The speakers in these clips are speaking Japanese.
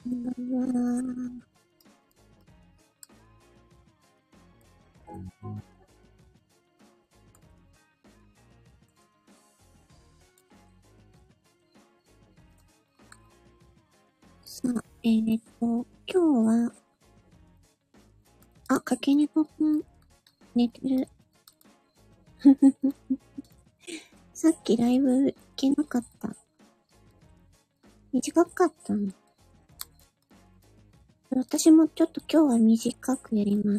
こんばんは。さあ、今日は、かけねこくん、寝てる。さっきライブ行けなかった。短かったの。私もちょっと今日は短くやります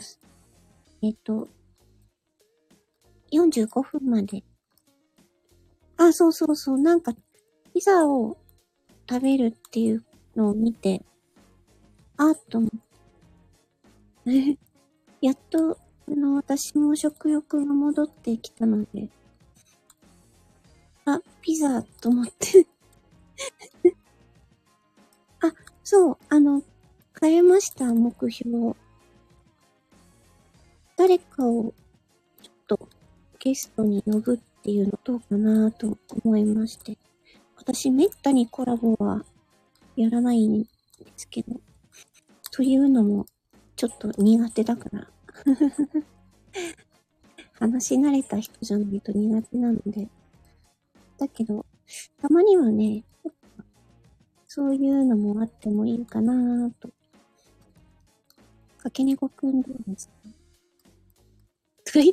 。45分まで。そうそうそう。なんか、ピザを食べるっていうのを見て、と思って。やっと、私も食欲が戻ってきたので、ピザと思って。そう、変えました、目標。誰かをちょっとゲストに呼ぶっていうのどうかなと思いまして。私めったにコラボはやらないんですけど、というのもちょっと苦手だから。話し慣れた人じゃないと苦手なので。だけど、たまにはね、そういうのもあってもいいかなと。かけねこくんどうですかとか言って、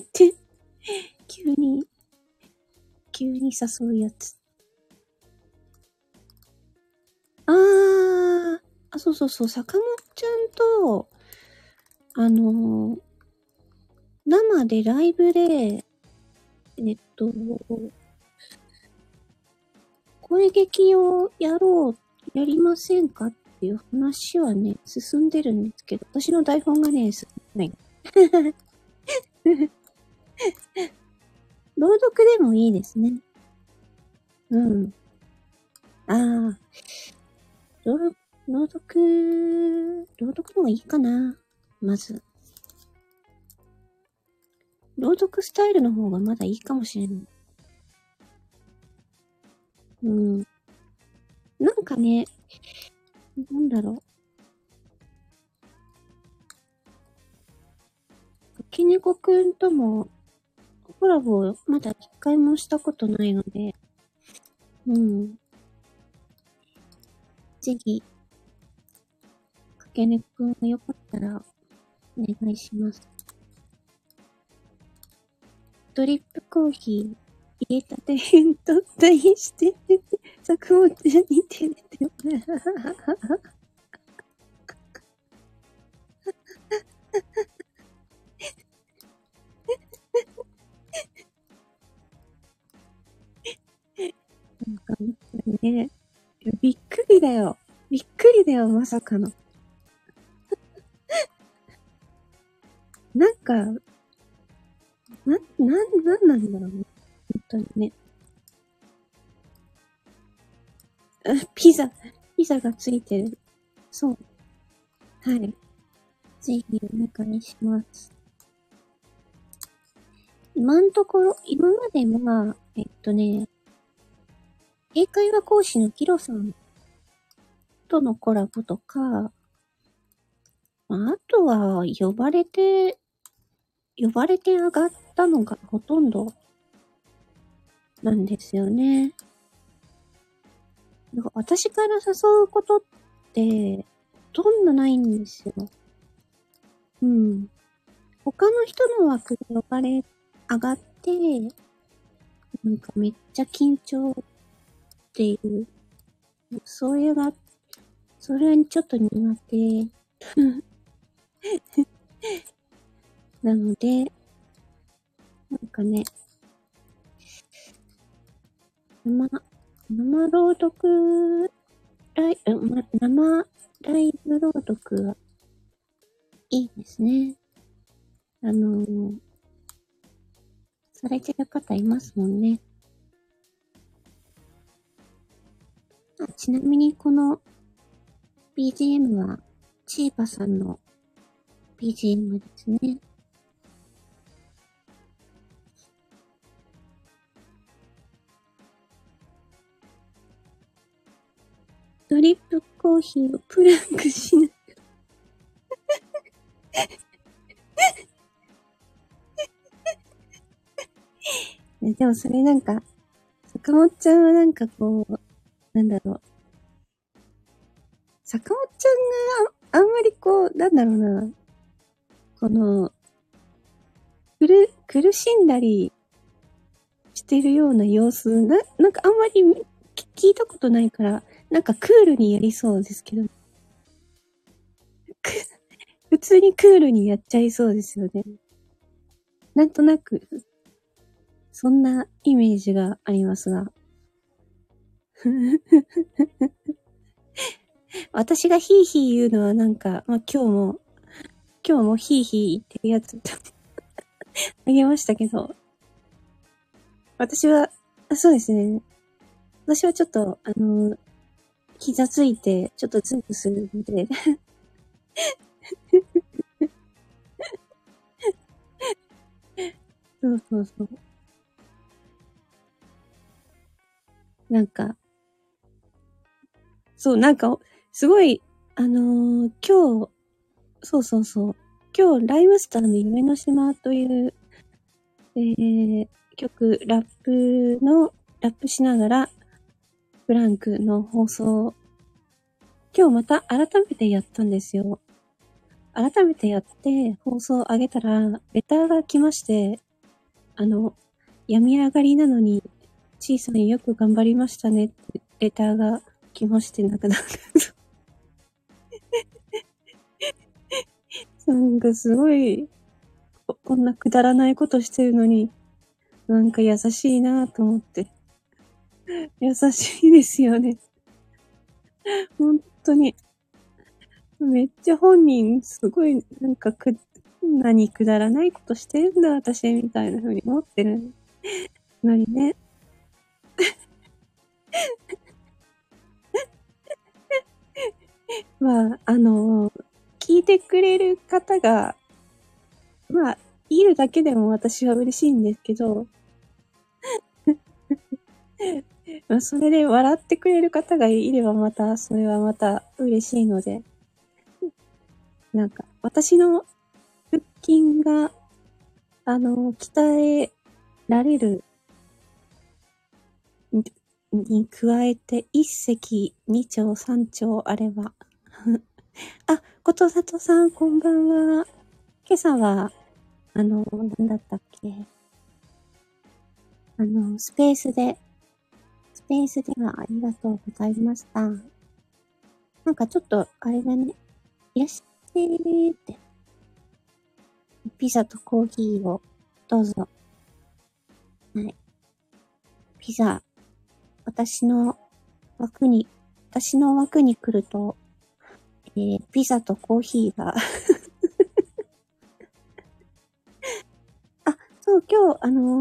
急に誘うやつ。そうそうそう、坂本ちゃんと、生でライブで、声劇をやりませんかっていう話はね、進んでるんですけど、私の台本がね、進んでない。朗読でもいいですね。うん。ああ、朗読、朗読の方がいいかな。まず。朗読スタイルの方がまだいいかもしれない。うん。なんかね、なんだろう。きねこくんともコラボをまだ一回もしたことないので、うん。ぜひ、かけねこくんがよかったらお願いします。ドリップコーヒー入れたて変と対して、作物に照れてもらう。なんかね、びっくりだよ。びっくりだよ、まさかの。なんか、なんなんだろうね。本当にね。ピザがついてる。そう。はい。ぜひお願いします。今のところ、今までは、英会話講師のキロさんとのコラボとか、あとは、呼ばれて上がったのがほとんどなんですよね。だから私から誘うことって、ほとんどないんですよ。うん。他の人の枠で上がって、なんかめっちゃ緊張っていう、そういうが、それはちょっと苦手なので、なんかね、生朗読生ライブ朗読はいいですね。されてる方いますもんね。ちなみにこの BGM は、チーバさんの BGM ですね。 ドリップコーヒーをプランクしない。でもそれなんか、坂本ちゃんはなんかこう、なんだろう。坂本ちゃんがあんまりこう、なんだろうな。この、苦しんだりしてるような様子、なんかあんまり聞いたことないから、なんかクールにやりそうですけど。普通にクールにやっちゃいそうですよね。なんとなく、そんなイメージがありますが。私がヒーヒー言うのはなんか、まあ、今日もヒーヒー言ってるやつあげましたけど、私は、そうですね。私はちょっと、膝ついて、ちょっとズンクするのでそうそうそう。なんか、そう、なんか、すごい、今日、そうそうそう。今日、ライムスターの夢の島という、曲、ラップしながら、フランクの放送、今日また改めてやったんですよ。改めてやって、放送上げたら、レターが来まして、病み上がりなのに、ちいさんよく頑張りましたねって、レターが来まして、なんかなんかすごい、こんなくだらないことしてるのに、なんか優しいなぁと思って。優しいですよね。本当に。めっちゃ本人、すごい、なんか何くだらないことしてるんだ、私、みたいな風に思ってるのにね。まあ、聞いてくれる方が、まあ、いるだけでも私は嬉しいんですけど、まあ、それで笑ってくれる方がいればまた、それはまた嬉しいので、なんか、私の腹筋が、鍛えられるに加えて、一石二鳥三鳥あれば。あ、ことさとさん、こんばんは。今朝は、なんだったっけ。スペースではありがとうございました。なんかちょっと、あれだね。いらっしゃいって。ピザとコーヒーを、どうぞ。はい。ピザ、私の私の枠に来ると、ピザとコーヒーがあ、そう、今日、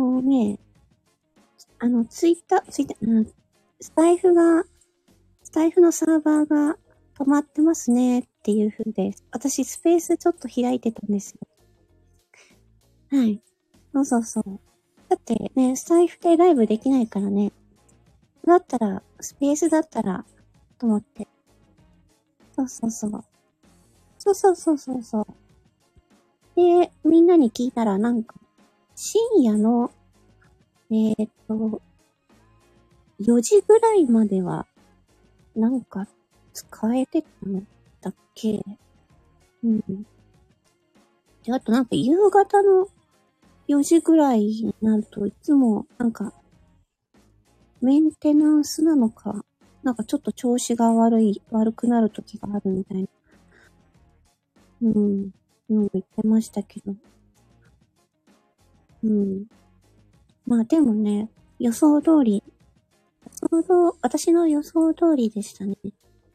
スタイフのサーバーが止まってますねっていう風で、私スペースちょっと開いてたんですよ。はい。そうそうそう。だってね、スタイフでライブできないからね。だったら、スペースだったら、と思って。そうそうそう。そうそうそうそうそう。で、みんなに聞いたらなんか、深夜の、4時ぐらいまでは、なんか、使えてたのだっけ。うん。で、あとなんか夕方の4時ぐらいになるといつもなんかメンテナンスなのか、なんかちょっと調子が悪くなる時があるみたいな。うん。の言ってましたけど。うん。まあでもね、予想通り、私の予想通りでしたね。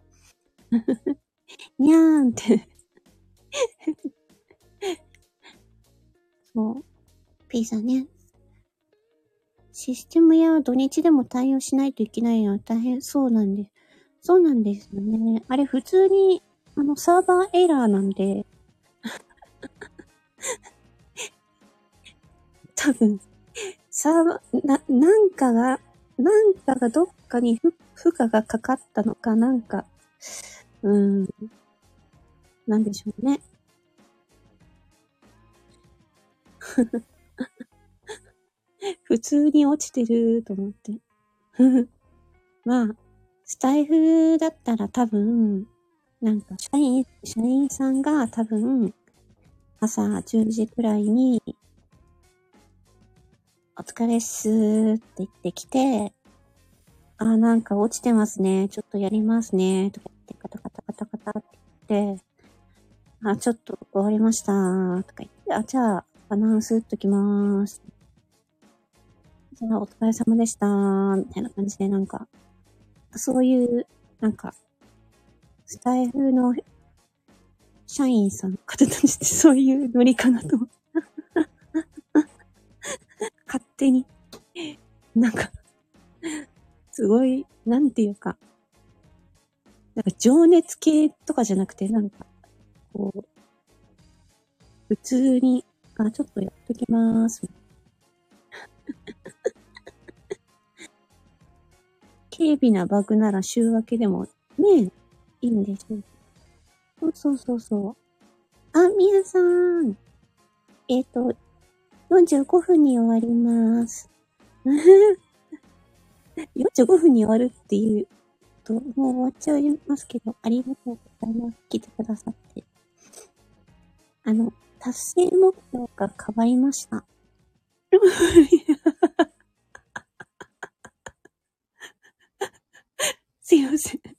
にゃーんってそう。ピザね。システムや土日でも対応しないといけないのは大変そうなんで。そうなんですよね。あれ普通に、サーバーエラーなんで、多分、サーバー、なんかがなんかがどっかに負荷がかかったのか、なんか、なんでしょうね。普通に落ちてると思って。まあ、スタイフだったら多分、なんか社員さんが多分、朝10時くらいに、お疲れっすーって言ってきて、なんか落ちてますね。ちょっとやりますね。とか言って、カタカタカタカタって言って、ちょっと終わりましたー。とか言って、じゃあ、アナウンス打っときまーす。じゃあ、お疲れ様でしたー。みたいな感じで、なんか、そういう、なんか、スタイフの社員さんの方たちってそういうノリかなと思って。勝手に。なんか、すごい、なんていうか、なんか情熱系とかじゃなくて、なんか、こう、普通に、ちょっとやっときまーす。軽微なバグなら週明けでもね、いいんでしょう。そうそうそう。みやさん。45分に終わります。45分に終わるっていうと、もう終わっちゃいますけど、ありがとうございます。来てくださって。達成目標が変わりました。すいません。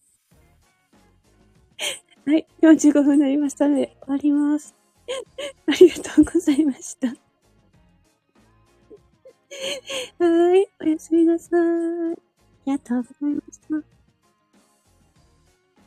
はい、45分になりましたので、終わります。ありがとうございました。はい、おやすみなさい。ありがとうございました。